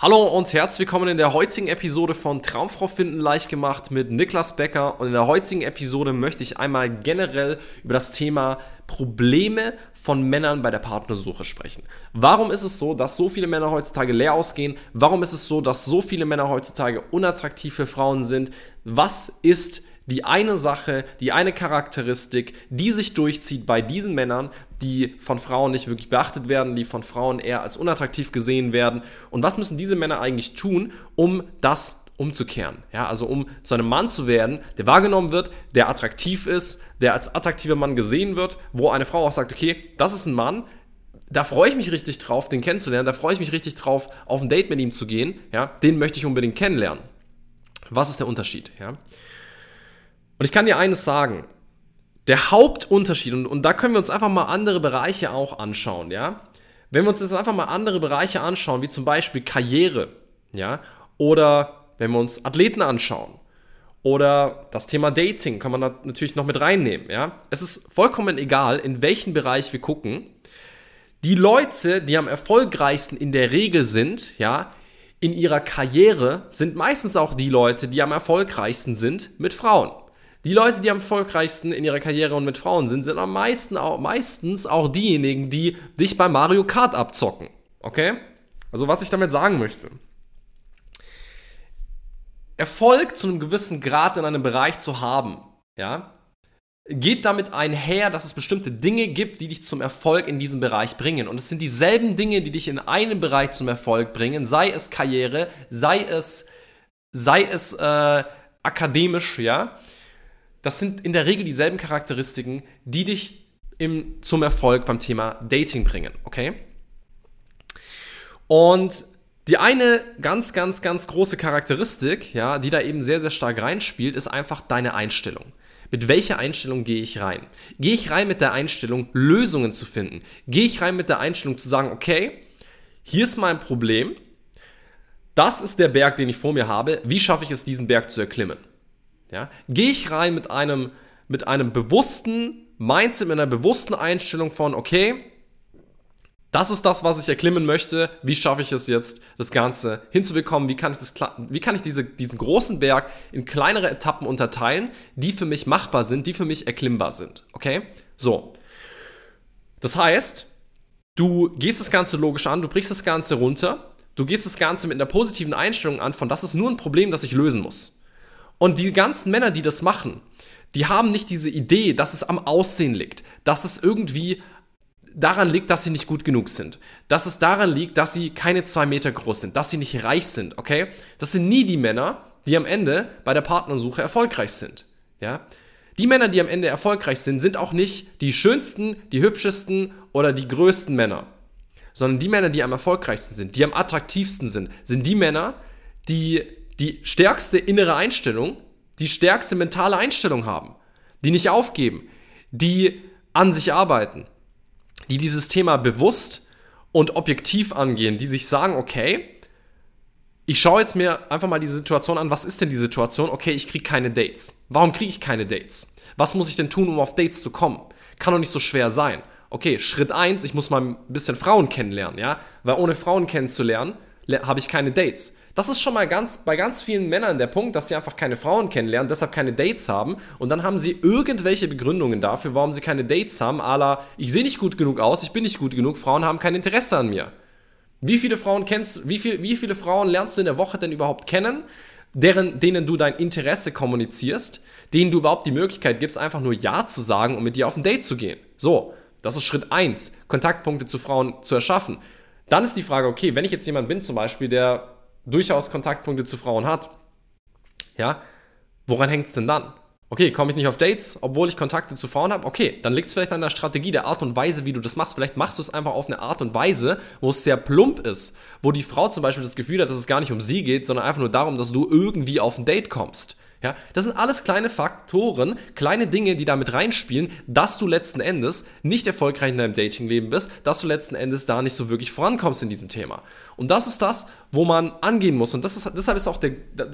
Hallo und herzlich willkommen in der heutigen Episode von Traumfrau finden leicht gemacht mit Niklas Becker. Und in der heutigen Episode möchte ich einmal generell über das Thema Probleme von Männern bei der Partnersuche sprechen. Warum ist es so, dass so viele Männer heutzutage leer ausgehen? Warum ist es so, dass so viele Männer heutzutage unattraktiv für Frauen sind? Was ist die eine Sache, die eine Charakteristik, die sich durchzieht bei diesen Männern, die von Frauen nicht wirklich beachtet werden, die von Frauen eher als unattraktiv gesehen werden? Und was müssen diese Männer eigentlich tun, um das umzukehren? Ja, also um zu einem Mann zu werden, der wahrgenommen wird, der attraktiv ist, der als attraktiver Mann gesehen wird, wo eine Frau auch sagt, okay, das ist ein Mann, da freue ich mich richtig drauf, den kennenzulernen, da freue ich mich richtig drauf, auf ein Date mit ihm zu gehen, ja, den möchte ich unbedingt kennenlernen. Was ist der Unterschied? Ja? Und ich kann dir eines sagen, der Hauptunterschied, und da können wir uns einfach mal andere Bereiche auch anschauen, ja. Wenn wir uns jetzt einfach mal andere Bereiche anschauen, wie zum Beispiel Karriere, ja, oder wenn wir uns Athleten anschauen, oder das Thema Dating, kann man da natürlich noch mit reinnehmen, ja. Es ist vollkommen egal, in welchen Bereich wir gucken. Die Leute, die am erfolgreichsten in der Regel sind, ja, in ihrer Karriere, sind meistens auch die Leute, die am erfolgreichsten sind mit Frauen. Die Leute, die am erfolgreichsten in ihrer Karriere und mit Frauen sind meistens auch diejenigen, die dich bei Mario Kart abzocken. Okay? Also was ich damit sagen möchte. Erfolg zu einem gewissen Grad in einem Bereich zu haben, ja, geht damit einher, dass es bestimmte Dinge gibt, die dich zum Erfolg in diesem Bereich bringen. Und es sind dieselben Dinge, die dich in einem Bereich zum Erfolg bringen, sei es Karriere, sei es akademisch, ja. Das sind in der Regel dieselben Charakteristiken, die dich zum Erfolg beim Thema Dating bringen, okay? Und die eine ganz, ganz, ganz große Charakteristik, ja, die da eben sehr, sehr stark reinspielt, ist einfach deine Einstellung. Mit welcher Einstellung gehe ich rein? Gehe ich rein mit der Einstellung, Lösungen zu finden? Gehe ich rein mit der Einstellung zu sagen, okay, hier ist mein Problem, das ist der Berg, den ich vor mir habe, wie schaffe ich es, diesen Berg zu erklimmen? Ja? Gehe ich rein mit einem bewussten Mindset, mit einer bewussten Einstellung von, okay, das ist das, was ich erklimmen möchte, wie schaffe ich es jetzt, das Ganze hinzubekommen, wie kann ich diesen großen Berg in kleinere Etappen unterteilen, die für mich machbar sind, die für mich erklimmbar sind, okay? So, das heißt, du gehst das Ganze logisch an, du brichst das Ganze runter, du gehst das Ganze mit einer positiven Einstellung an, von das ist nur ein Problem, das ich lösen muss. Und die ganzen Männer, die das machen, die haben nicht diese Idee, dass es am Aussehen liegt, dass es irgendwie daran liegt, dass sie nicht gut genug sind, dass es daran liegt, dass sie keine 2 Meter groß sind, dass sie nicht reich sind, okay? Das sind nie die Männer, die am Ende bei der Partnersuche erfolgreich sind, ja? Die Männer, die am Ende erfolgreich sind, sind auch nicht die schönsten, die hübschesten oder die größten Männer, sondern die Männer, die am erfolgreichsten sind, die am attraktivsten sind die Männer, die stärkste innere Einstellung, die stärkste mentale Einstellung haben, die nicht aufgeben, die an sich arbeiten, die dieses Thema bewusst und objektiv angehen, die sich sagen, okay, ich schaue jetzt mir einfach mal diese Situation an, was ist denn die Situation? Okay, ich kriege keine Dates. Warum kriege ich keine Dates? Was muss ich denn tun, um auf Dates zu kommen? Kann doch nicht so schwer sein. Okay, Schritt 1, ich muss mal ein bisschen Frauen kennenlernen, ja, weil ohne Frauen kennenzulernen, habe ich keine Dates. Das ist schon mal bei ganz vielen Männern der Punkt, dass sie einfach keine Frauen kennenlernen, deshalb keine Dates haben und dann haben sie irgendwelche Begründungen dafür, warum sie keine Dates haben, à la, ich sehe nicht gut genug aus, ich bin nicht gut genug, Frauen haben kein Interesse an mir. Wie viele Frauen lernst du in der Woche denn überhaupt kennen, denen du dein Interesse kommunizierst, denen du überhaupt die Möglichkeit gibst, einfach nur Ja zu sagen und mit dir auf ein Date zu gehen? So, das ist Schritt 1, Kontaktpunkte zu Frauen zu erschaffen. Dann ist die Frage, okay, wenn ich jetzt jemand bin zum Beispiel, der durchaus Kontaktpunkte zu Frauen hat, ja, woran hängt es denn dann? Okay, komme ich nicht auf Dates, obwohl ich Kontakte zu Frauen habe? Okay, dann liegt es vielleicht an der Strategie, der Art und Weise, wie du das machst. Vielleicht machst du es einfach auf eine Art und Weise, wo es sehr plump ist, wo die Frau zum Beispiel das Gefühl hat, dass es gar nicht um sie geht, sondern einfach nur darum, dass du irgendwie auf ein Date kommst. Ja, das sind alles kleine Faktoren, kleine Dinge, die damit reinspielen, dass du letzten Endes nicht erfolgreich in deinem Datingleben bist, dass du letzten Endes da nicht so wirklich vorankommst in diesem Thema. Und das ist das, wo man angehen muss. Und das ist auch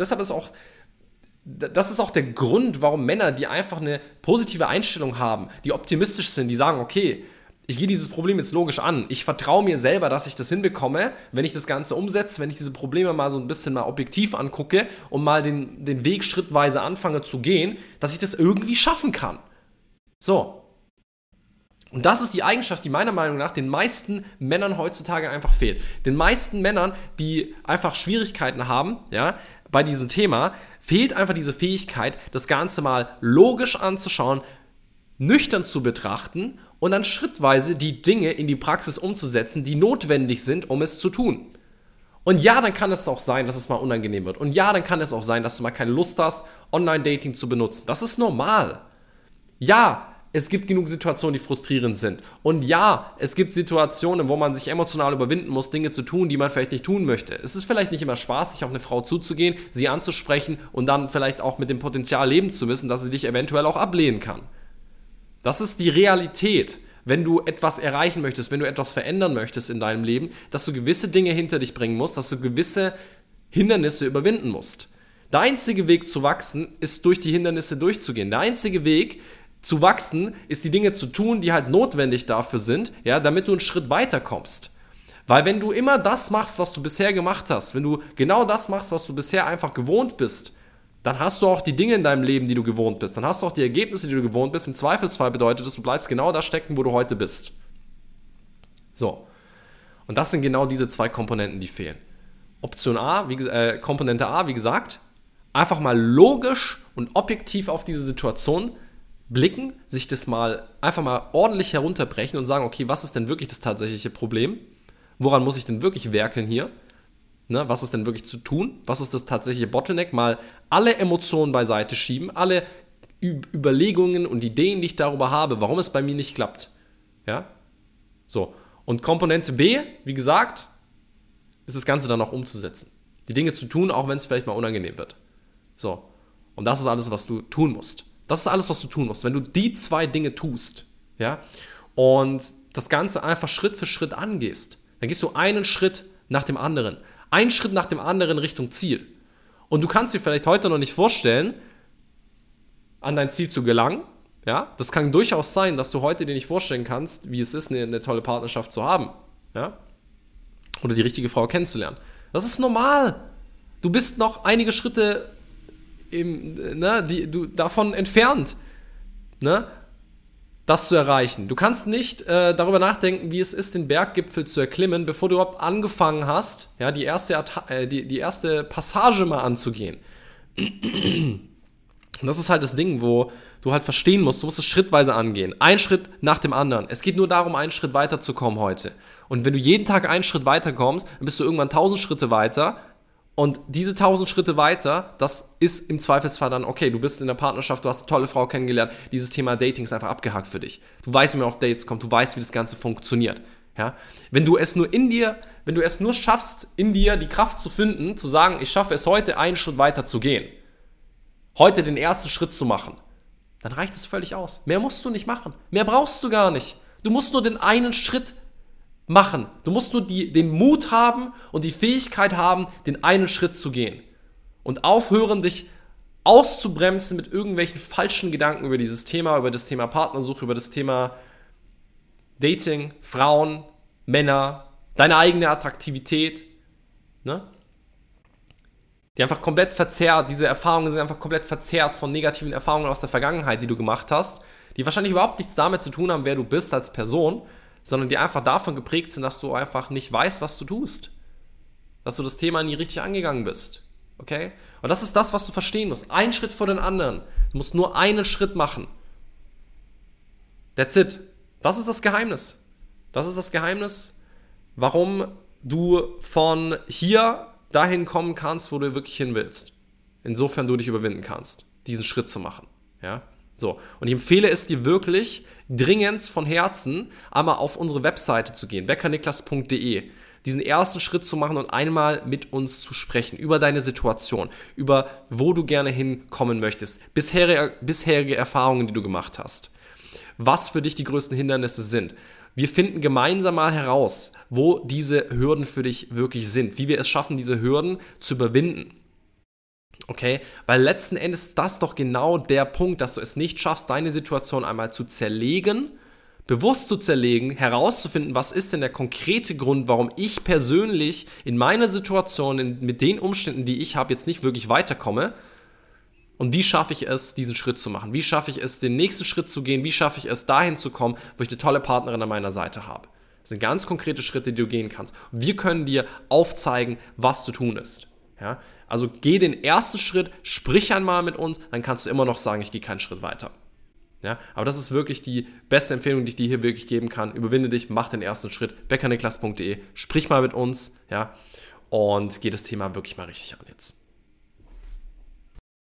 der Grund, warum Männer, die einfach eine positive Einstellung haben, die optimistisch sind, die sagen, okay, ich gehe dieses Problem jetzt logisch an. Ich vertraue mir selber, dass ich das hinbekomme, wenn ich das Ganze umsetze, wenn ich diese Probleme mal so ein bisschen mal objektiv angucke und mal den Weg schrittweise anfange zu gehen, dass ich das irgendwie schaffen kann. So. Und das ist die Eigenschaft, die meiner Meinung nach den meisten Männern heutzutage einfach fehlt. Den meisten Männern, die einfach Schwierigkeiten haben, ja, bei diesem Thema, fehlt einfach diese Fähigkeit, das Ganze mal logisch anzuschauen, nüchtern zu betrachten und dann schrittweise die Dinge in die Praxis umzusetzen, die notwendig sind, um es zu tun. Und ja, dann kann es auch sein, dass es mal unangenehm wird. Und ja, dann kann es auch sein, dass du mal keine Lust hast, Online-Dating zu benutzen. Das ist normal. Ja, es gibt genug Situationen, die frustrierend sind. Und ja, es gibt Situationen, wo man sich emotional überwinden muss, Dinge zu tun, die man vielleicht nicht tun möchte. Es ist vielleicht nicht immer spaßig, auf eine Frau zuzugehen, sie anzusprechen und dann vielleicht auch mit dem Potenzial leben zu müssen, dass sie dich eventuell auch ablehnen kann. Das ist die Realität, wenn du etwas erreichen möchtest, wenn du etwas verändern möchtest in deinem Leben, dass du gewisse Dinge hinter dich bringen musst, dass du gewisse Hindernisse überwinden musst. Der einzige Weg zu wachsen, ist durch die Hindernisse durchzugehen. Der einzige Weg zu wachsen, ist die Dinge zu tun, die halt notwendig dafür sind, ja, damit du einen Schritt weiterkommst. Weil wenn du immer das machst, was du bisher gemacht hast, wenn du genau das machst, was du bisher einfach gewohnt bist, dann hast du auch die Dinge in deinem Leben, die du gewohnt bist. Dann hast du auch die Ergebnisse, die du gewohnt bist. Im Zweifelsfall bedeutet das, du bleibst genau da stecken, wo du heute bist. So. Und das sind genau diese zwei Komponenten, die fehlen. Komponente A, wie gesagt, einfach mal logisch und objektiv auf diese Situation blicken, sich das mal einfach mal ordentlich herunterbrechen und sagen, okay, was ist denn wirklich das tatsächliche Problem? Woran muss ich denn wirklich werkeln hier? Ne, was ist denn wirklich zu tun? Was ist das tatsächliche Bottleneck? Mal alle Emotionen beiseite schieben, alle Überlegungen und Ideen, die ich darüber habe, warum es bei mir nicht klappt. Ja? So. Und Komponente B, wie gesagt, ist das Ganze dann auch umzusetzen. Die Dinge zu tun, auch wenn es vielleicht mal unangenehm wird. So. Und das ist alles, was du tun musst. Das ist alles, was du tun musst. Wenn du die zwei Dinge tust, ja, und das Ganze einfach Schritt für Schritt angehst, dann gehst du einen Schritt nach dem anderen. Einen Schritt nach dem anderen Richtung Ziel. Und du kannst dir vielleicht heute noch nicht vorstellen, an dein Ziel zu gelangen. Ja? Das kann durchaus sein, dass du heute dir nicht vorstellen kannst, wie es ist, eine tolle Partnerschaft zu haben. Ja? Oder die richtige Frau kennenzulernen. Das ist normal. Du bist noch einige Schritte davon entfernt, ne? Das zu erreichen. Du kannst nicht darüber nachdenken, wie es ist, den Berggipfel zu erklimmen, bevor du überhaupt angefangen hast, ja, die erste Passage mal anzugehen. Und das ist halt das Ding, wo du halt verstehen musst, du musst es schrittweise angehen. Ein Schritt nach dem anderen. Es geht nur darum, einen Schritt weiterzukommen heute. Und wenn du jeden Tag einen Schritt weiterkommst, dann bist du irgendwann 1000 Schritte weiter. Und diese 1000 Schritte weiter, das ist im Zweifelsfall dann, okay, du bist in der Partnerschaft, du hast eine tolle Frau kennengelernt, dieses Thema Dating ist einfach abgehakt für dich. Du weißt, wie man auf Dates kommt, du weißt, wie das Ganze funktioniert. Ja? Wenn du es nur schaffst, in dir die Kraft zu finden, zu sagen, ich schaffe es heute, einen Schritt weiter zu gehen, heute den ersten Schritt zu machen, dann reicht es völlig aus. Mehr musst du nicht machen. Mehr brauchst du gar nicht. Du musst nur den einen Schritt machen. Du musst nur den Mut haben und die Fähigkeit haben, den einen Schritt zu gehen. Und aufhören, dich auszubremsen mit irgendwelchen falschen Gedanken über dieses Thema, über das Thema Partnersuche, über das Thema Dating, Frauen, Männer, deine eigene Attraktivität. Ne? Die einfach komplett verzerrt, diese Erfahrungen sind einfach komplett verzerrt von negativen Erfahrungen aus der Vergangenheit, die du gemacht hast, die wahrscheinlich überhaupt nichts damit zu tun haben, wer du bist als Person, sondern die einfach davon geprägt sind, dass du einfach nicht weißt, was du tust. Dass du das Thema nie richtig angegangen bist. Okay? Und das ist das, was du verstehen musst. Ein Schritt vor den anderen. Du musst nur einen Schritt machen. That's it. Das ist das Geheimnis. Das ist das Geheimnis, warum du von hier dahin kommen kannst, wo du wirklich hin willst. Insofern du dich überwinden kannst, diesen Schritt zu machen. Ja? So. Und ich empfehle es dir wirklich, dringend von Herzen einmal auf unsere Webseite zu gehen, weckerniklas.de, diesen ersten Schritt zu machen und einmal mit uns zu sprechen über deine Situation, über wo du gerne hinkommen möchtest, bisherige Erfahrungen, die du gemacht hast, was für dich die größten Hindernisse sind. Wir finden gemeinsam mal heraus, wo diese Hürden für dich wirklich sind, wie wir es schaffen, diese Hürden zu überwinden. Okay, weil letzten Endes ist das doch genau der Punkt, dass du es nicht schaffst, deine Situation einmal zu zerlegen, bewusst zu zerlegen, herauszufinden, was ist denn der konkrete Grund, warum ich persönlich in meiner Situation, mit den Umständen, die ich habe, jetzt nicht wirklich weiterkomme. Und wie schaffe ich es, diesen Schritt zu machen? Wie schaffe ich es, den nächsten Schritt zu gehen? Wie schaffe ich es, dahin zu kommen, wo ich eine tolle Partnerin an meiner Seite habe? Das sind ganz konkrete Schritte, die du gehen kannst. Und wir können dir aufzeigen, was zu tun ist. Ja? Also geh den ersten Schritt, sprich einmal mit uns, dann kannst du immer noch sagen, ich gehe keinen Schritt weiter. Ja? Aber das ist wirklich die beste Empfehlung, die ich dir hier wirklich geben kann. Überwinde dich, mach den ersten Schritt, beckerniklas.de, sprich mal mit uns, ja? Und geh das Thema wirklich mal richtig an jetzt.